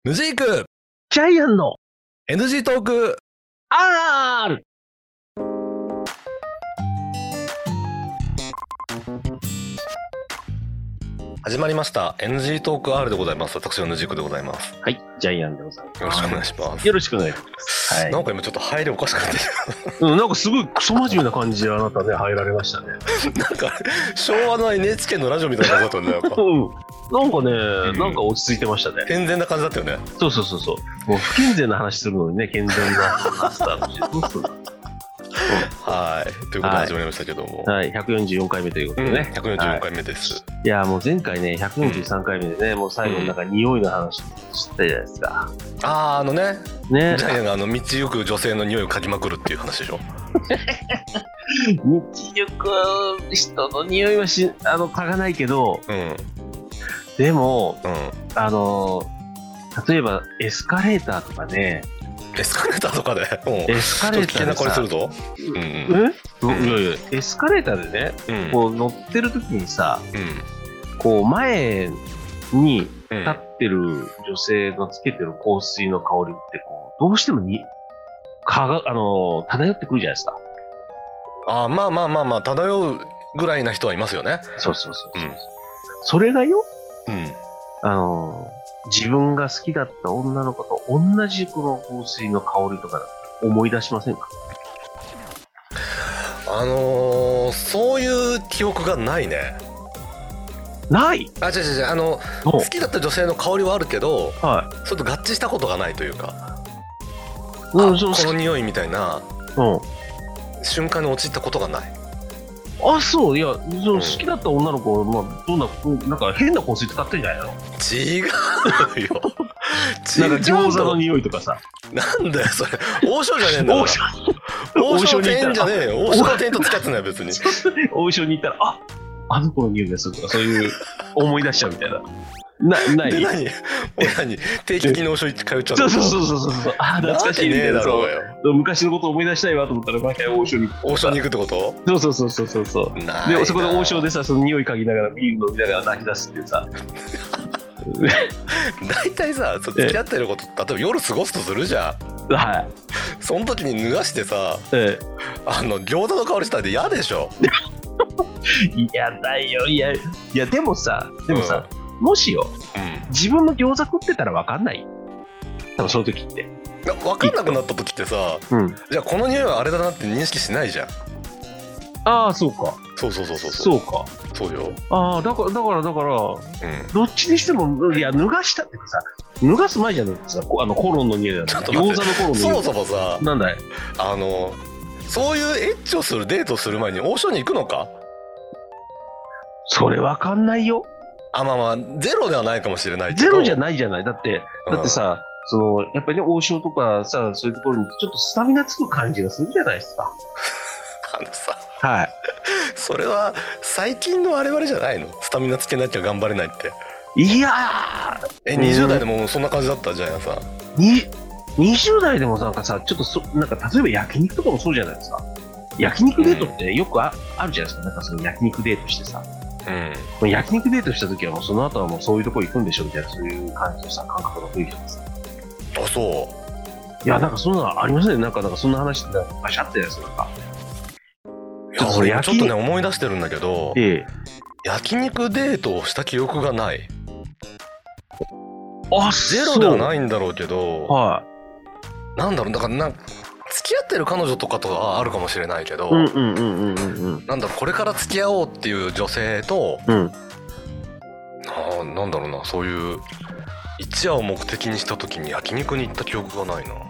ヌジークジャイアンの NG トーク R。 始まりました NG トーク R でございます。私のヌジークでございます。 はい、ジャイアンでございます。 よろしくお願いします。 よろしくお願いします。はい。 なんか今ちょっと入りおかしかったなんかすごいクソ真面目な感じであなたね入られましたね。 なんか昭和の NHK のラジオみたいな感じだったんだよ。 なんかね、なんか落ち着いてましたね。 健全な感じだったよね。 そう。もう不健全な話するのにね、健全なスタートして。 はい。ということで始まりましたけども。 はい、144回目ということでね。 144回目です。 いや、もう前回ね、143回目でね、もう最後のなんか匂いの話したじゃないですか。 ね。 ね。 ジャイアンが道行く女性の匂いを嗅ぎまくるっていう話でしょ。 道行く人の匂いは嗅がないけど、でも、例えばエスカレーターとかね。 エスカレーターとかでエスカレーターでさ、 危険な声するぞ。 いやエスカレーターでね、こう乗ってる時にさ、こう前に立ってる女性のつけてる香水の香りってこうどうしても漂ってくるじゃないですか。 まあ漂うぐらいな人はいますよね。 そう。それがよ、自分が好きだった女の子と同じこの香水の香りとか思い出しませんか？ そういう記憶がないね。 ない？ 違う好きだった女性の香りはあるけど、それと合致したことがないというか、この匂いみたいな瞬間に陥ったことがない。そう。 いや、好きだった女の子は、なんか変な香水使ってるんじゃないの？ 違うよ。 なんか餃子の匂いとかさ。 なんだよそれ。王将じゃねえんだから。王将の店員じゃねえよ。王将の店員と付き合ってない別に。 王将に行ったらあの子の匂いがするとかそういう思い出しちゃうみたいな。ない。 何定期的に王将通っちゃうの？ そう。懐かしいみたいな。昔のこと思い出したいわと思ったら毎回王将に行くってこと？ そう。でそこで王将でさ、その匂い嗅ぎながらビール飲みながら泣き出すっていうさ。 大体さ、付き合ってること例えば夜過ごすとするじゃん。 はい。 その時に脱がしてさ、餃子の香りしたら嫌でしょ。 嫌だよ。いやでもさ、もしよ、自分の餃子食ってたら分かんない。多分その時って分かんなくなった時ってさ、じゃあこの匂いはあれだなって認識しないじゃん。 そうか。 そうか。そうよ。 だから、どっちにしても、いや、脱がしたっていうかさ、脱がす前じゃないですか、コロンの匂いだった。餃子のコロンの匂い。 そもそもさ、 なんだい？ そういうエッチをするデートをする前に王将に行くのか？ それわかんないよ。 ゼロではないかもしれないけど。 ゼロじゃないじゃない。だってさ、やっぱりね、王将とかさ、そういうところにちょっとスタミナつく感じがするじゃないですか。はい。 それは最近の我々じゃないの？スタミナつけなきゃ頑張れないって。 いやー。20代でもそんな感じだったじゃんさ。 20代でもなんかさ、ちょっとなんか例えば焼肉とかもそうじゃないですか。焼肉デートってよくあるじゃないですか。なんかその焼肉デートしてさ。焼肉デートした時はもうその後はもうそういうとこ行くんでしょみたいな、そういう感じのさ、感覚が吹いてます。 そう。 いや、なんかそんなのありませんね。なんかそんな話ってバシャってやつとか。 俺ちょっとね思い出してるんだけど、焼肉デートをした記憶がない。ゼロではないんだろうけど、なんだろう、だから付き合ってる彼女とかとはあるかもしれないけど、なんだろう、これから付き合おうっていう女性と、なんだろうな、そういう一夜を目的にした時に焼肉に行った記憶がないな。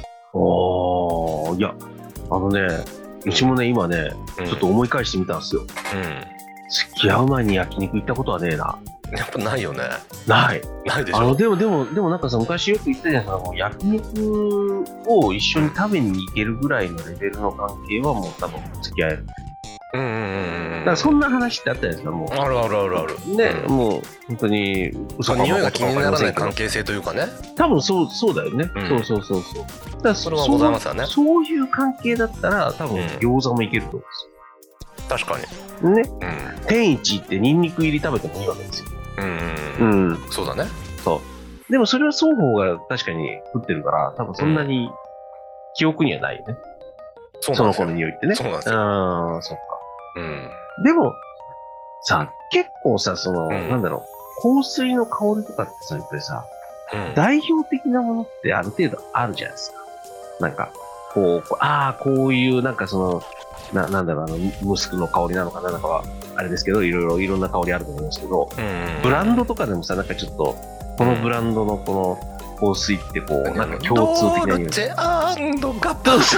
いや、うちもね、今ね、ちょっと思い返してみたんですよ。付き合う前に焼肉行ったことはねえな。 やっぱないよね。 ないでしょ。 でもなんかさ、昔よく言ったじゃないですか、焼肉を一緒に食べに行けるぐらいのレベルの関係はもう多分付き合える。だからそんな話ってあったじゃないですか、もう。 ある。 ね、もう本当に匂いが気にならない関係性というかね。多分そうだよね。そう。だからそれはございますよね。 そういう関係だったら多分餃子もいけると思うんですよ。確かに。ね。天一ってニンニク入り食べてもいいわけですよ。 そうだね。 そう。 でもそれは双方が確かに食ってるから、多分そんなに記憶にはないよね。その子の匂いってね。 そうなんですよ。 そっか。でも、さ、結構さ、なんだろう、香水の香りとかってさ、やっぱりさ、代表的なものってある程度あるじゃないですか。なんか、こういう、なんかなんだろう、ムスクの香りなのかな、なんかは、あれですけど、いろんな香りあると思いますけど、ブランドとかでもさ、なんかちょっと、このブランドのこの香水ってこう、なんか共通的な匂い。 ドルチェ&ガッパー。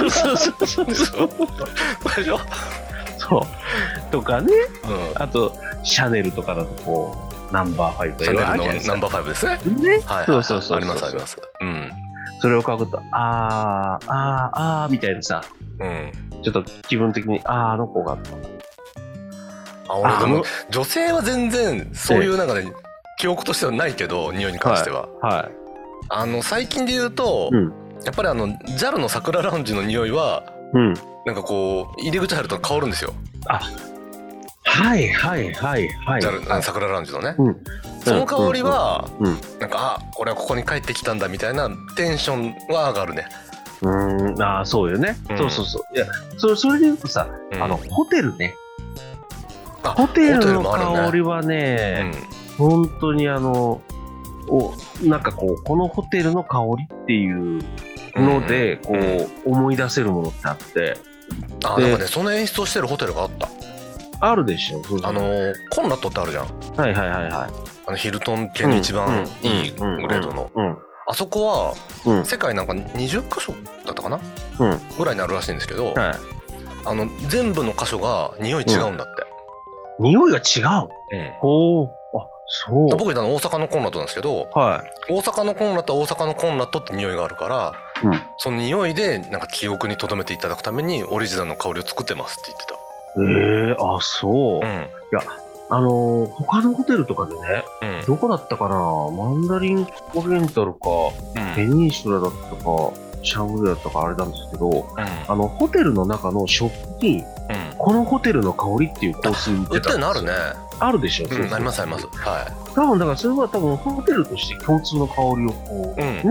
そうとかね、あとシャネルとかだとこうナンバー5とかシャネルのナンバー5ですね。そうありますあります。 それを嗅ぐとみたいなさ、ちょっと気分的にあの子が俺でも女性は全然そういうなんかね記憶としてはないけど、匂いに関しては、最近で言うと、やっぱりJAL の桜ラウンジの匂いは、なんかこう入り口入ると香るんですよ。JAL 桜ラウンジのね、その香りはなんか俺はここに帰ってきたんだみたいなテンションは上がるね。 そうよね。そういやそれで言うとさ、ホテルね、ホテルの香りはね、本当になんかこうこのホテルの香りっていうのでこう思い出せるものってあって、 なんかねその演出をしてるホテルがあるでしょ。 コンラッドってあるじゃん。ヒルトン系の一番いいグレードの、あそこは世界なんか20カ所だったかなぐらいにあるらしいんですけど、全部の箇所が匂い違うんだって。 匂いが違う。そう。 僕いたの大阪のコンラッドなんですけど、大阪のコンラッドは大阪のコンラッドって匂いがあるから、その匂いでなんか記憶に留めていただくためにオリジナルの香りを作ってますって言ってた。 そう。いや他のホテルとかでね、どこだったかな、マンダリンオリエンタルか、ペニンシュラだったか、シャングリラだったかあれなんですけど、ホテルの中のショップに、このホテルの香りっていう香水売ってたんですよ。売ってるのあるね。あるでしょ。ありますあります。多分だからそれは多分ホテルとして共通の香りをこうね、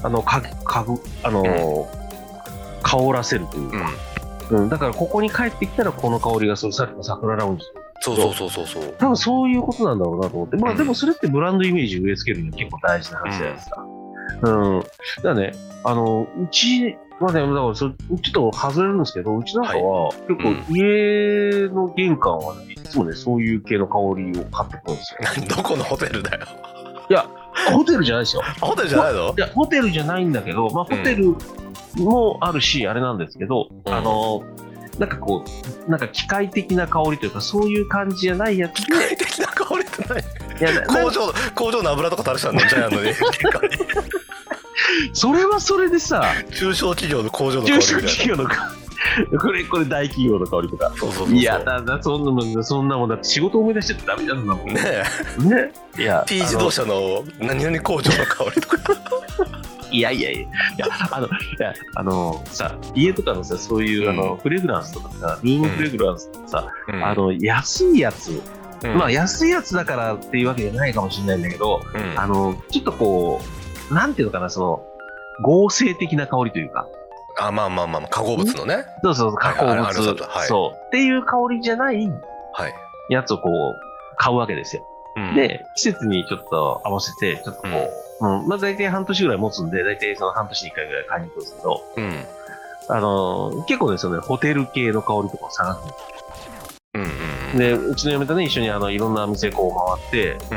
香らせるというか。だからここに帰ってきたらこの香りがする、さっきの桜ラウンジそう多分そういうことなんだろうなと思って、でもそれってブランドイメージ植え付けるには結構大事な話じゃないですか。だからね、うちはね、だからちょっと外れるんですけど、うちなんかは結構家の玄関はね、いつもねそういう系の香りを買ってくるんですよ。 どこのホテルだよ。 いやホテルじゃないですよ。 ホテルじゃないの？ いやホテルじゃないんだけど、ホテルもあるしあれなんですけど、なんかこうなんか機械的な香りというかそういう感じじゃないやつで。機械的な香りって何？工場の油とか垂れしたんだジャイアンのね。それはそれでさ、中小企業の工場の香りみたいな。中小企業のこれ大企業の香りとか。いやそんなもんだって仕事思い出しててダメなんだもんね。いや T 自動車の何々工場の香りとか。いやさ、家とかのさ、そういうフレグランスとかさ、ルームフレグランスとかさ、安いやつ、安いやつだからっていうわけじゃないかもしれないんだけど、ちょっとこうなんていうのかな、合成的な香りというか、化合物のね、そう化合物、そうっていう香りじゃないやつをこう買うわけですよ。で季節にちょっと合わせてちょっとこう、大体半年ぐらい持つんで、大体その半年に1回ぐらい買いに行くんですけど、結構ですよね、ホテル系の香りとかを探すんですよ。でうちの嫁とね一緒にいろんな店こう回って、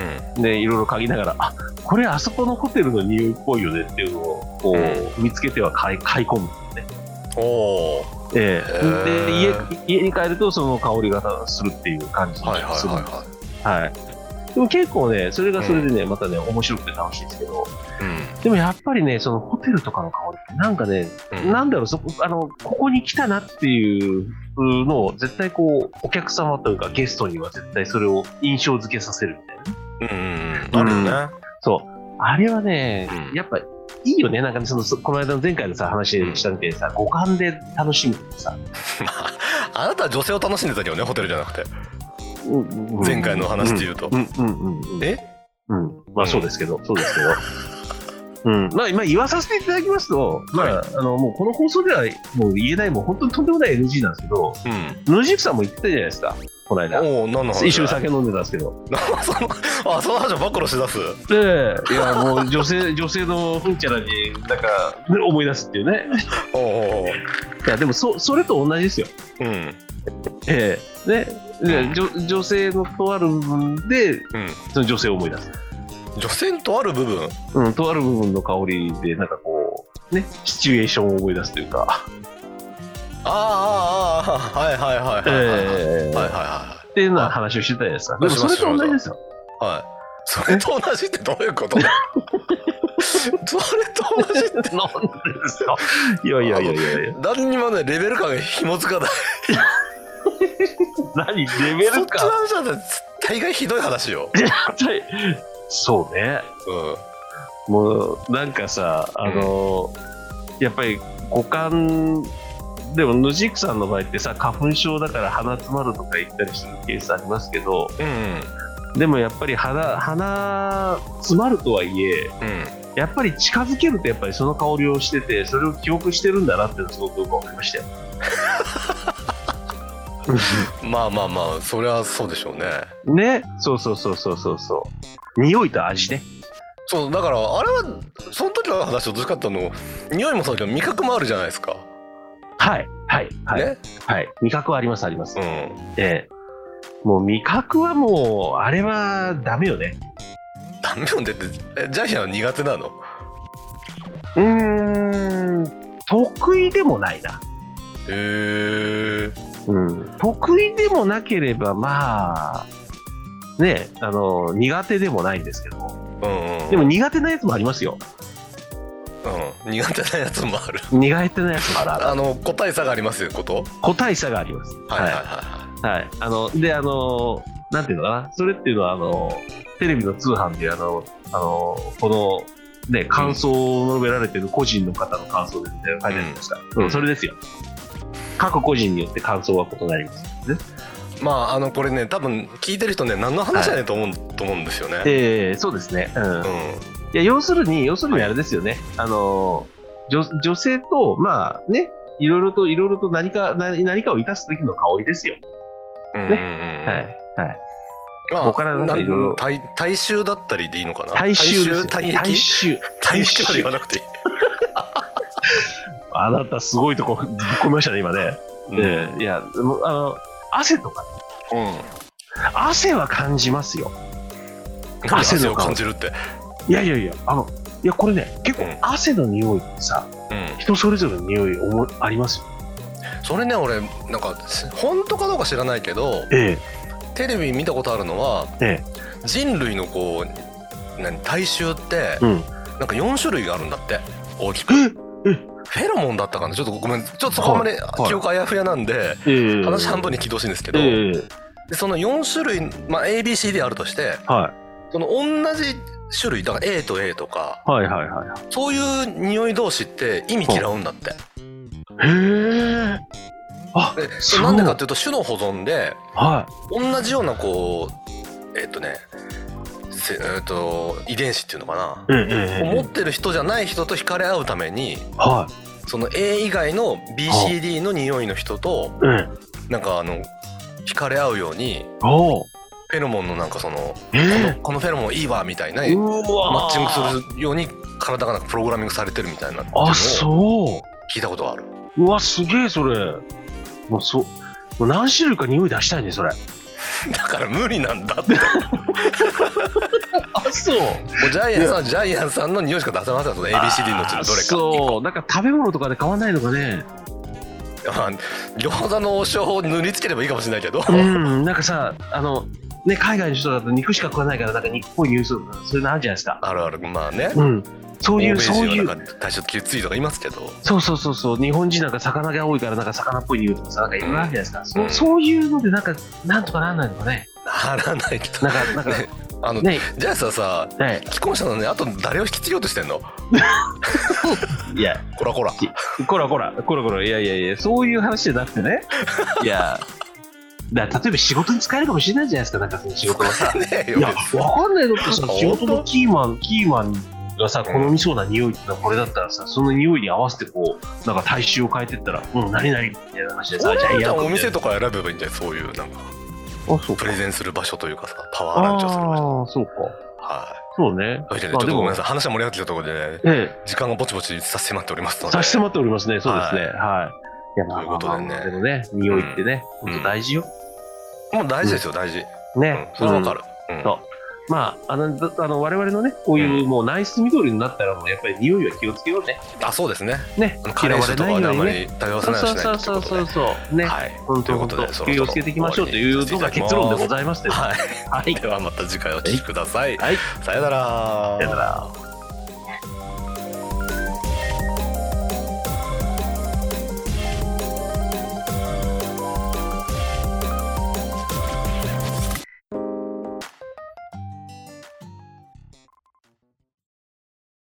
でいろいろ嗅ぎながら、これあそこのホテルの匂いっぽいよねっていうのをこう、見つけては買い込むんですね。で家に帰るとその香りがするっていう感じにするんです。でも結構ね、それがそれでね、またね、面白くて楽しいんですけど、でもやっぱりね、そのホテルとかの香りってなんかね、なんだろう、ここに来たなっていうのを絶対こう、お客様というかゲストには絶対それを印象付けさせるみたいなね。あるよね。そう。あれはね、やっぱいいよね。なんかね、この間の前回のさ、話したみたいにさ、五感で楽しむってさ。あなたは女性を楽しんでたけどね、ホテルじゃなくて。前回の話で言うと。そうですけど。 まあ言わさせていただきますと、もうこの放送ではもう言えない、もう本当にとんでもない NG なんですけど、野宿さんも言ってたじゃないですか、この間。一緒に酒飲んでたんですけど。 その話を暴露しだす。 いやもう女性のふんちゃらになんか思い出すっていうね。いやでもそれと同じですよ。女性のとある部分で、その女性を思い出す。 女性のとある部分、 とある部分の香りでなんかこうね、シチュエーションを思い出すというか。 はいはいはいっていうような話をしてたじゃないですか。でもそれと同じですよ。 それと同じってどういうこと？それと同じって何ですか？ いや何にもね、レベル感が紐づかない。 何レベル感？そっちの話は大概ひどい話よ。 そうね。もうなんかさ、やっぱり五感でも野宿さんの場合ってさ、花粉症だから鼻詰まるとか言ったりするケースありますけど、でもやっぱり鼻詰まるとはいえ、やっぱり近づけるとやっぱりその香りをしてて、それを記憶してるんだなっていうのがすごくよく分かりましたよ。 まあそれはそうでしょうね。 ね、そう匂いと味ね。 そうだからあれはその時の話とどっちかっていうと匂いもそうだけど味覚もあるじゃないですか。 はい味覚はあります。もう味覚はもうあれはダメよね。 ダメよねって、ジャイアンは苦手なの？ 得意でもないな。得意でもなければまあね、苦手でもないんですけど、でも苦手なやつもありますよ。 苦手なやつもある。 苦手なやつもある。 個体差がありますよこと？ 個体差があります。でなんていうのかな、それっていうのはテレビの通販でこのね感想を述べられてる個人の方の感想で書いてあるんですか。それですよ。各個人によって感想は異なりますね。 まあこれね多分聞いてる人ね何の話じゃないと思うんですよね。 そうですね。いや要するにあれですよね。女性とまあねいろいろと何かを生かす時の香りですよ。 まあ、他からいろいろ大衆だったりでいいのかな。 大衆で言わなくていい。 あなたすごいとこぶっ込みましたね今ね。いや汗とか、汗は感じますよ。 汗を感じるって。 いやこれね結構汗の匂いってさ、人それぞれの匂いありますよ。 それね俺なんか本当かどうか知らないけど、テレビ見たことあるのは、人類のこう体臭って、なんか4種類があるんだって大きく。フェロモンだったかな、ちょっとごめん、ちょっとそこまで記憶あやふやなんで、話半分に聞いてほしいんですけど、でその4種類、ABCD あるとして、その同じ種類だから A と A とか、そういう匂い同士って意味嫌うんだって。なんでかっていうと種の保存で、同じようなこう遺伝子っていうのかな、持ってる人じゃない人と惹かれ合うために、その A 以外の BCD の匂いの人となんか惹かれ合うようにフェロモンのなんかそのこのフェロモンいいわみたいなマッチングするように体がなんかプログラミングされてるみたいなっていうのを聞いたことがある。 うわすげえそれ。もう何種類か匂い出したいねそれ。 だから無理なんだって。 そう。もうジャイアンさんの匂いしか出せません。その ABCD のうちのどれか。 そうなんか食べ物とかで変わんないのかね。 餃子の王将を塗りつければいいかもしれないけど、 なんかさね海外の人だと肉しか食わないからなんか肉っぽい匂いするとかそういうのあるじゃないですか。 あるまあね。 そういうなんか体調きついとか言いますけど、 そう日本人なんか魚が多いからなんか魚っぽい匂いとかさなんかいろいろあるじゃないですか。そういうのでなんとかなんないのかね。 ならないとなんかじゃあさ既婚者なのにあと誰を引き継ぎようとしてんの？ いやこらいやそういう話じゃなくてね。いや例えば仕事に使えるかもしれないじゃないですか。なんかその仕事はさいやわかんないのってさ仕事のキーマンがさ好みそうな匂いってのはこれだったらさ、その匂いに合わせてこうなんか体臭を変えてったら何々みたいな話でさ、 じゃあお店とか選べばいいんじゃない、そういうなんかプレゼンする場所というかさ、パワーランチをする場所。 そうか。 はい。 そうね。 ちょっとごめんなさい、話は盛り上がってきたところでね、時間がぼちぼち差し迫っておりますので。 差し迫っておりますね。そうですね。はい。いや、 ということでね。 でもね、匂いってね、本当大事よ。 もう大事ですよ、大事。 ね。 それわかる。 そう。まあ、我々のね、こういうもうナイス緑になったらもうやっぱり匂いは気をつけようね。 そうですね。 ね。 カレー臭とかはあんまり頼らせないようにしないということで。 そう。ね。本当気をつけていきましょうというのが結論でございます。 はい。ではまた次回お聞きください。さよなら。 さよなら。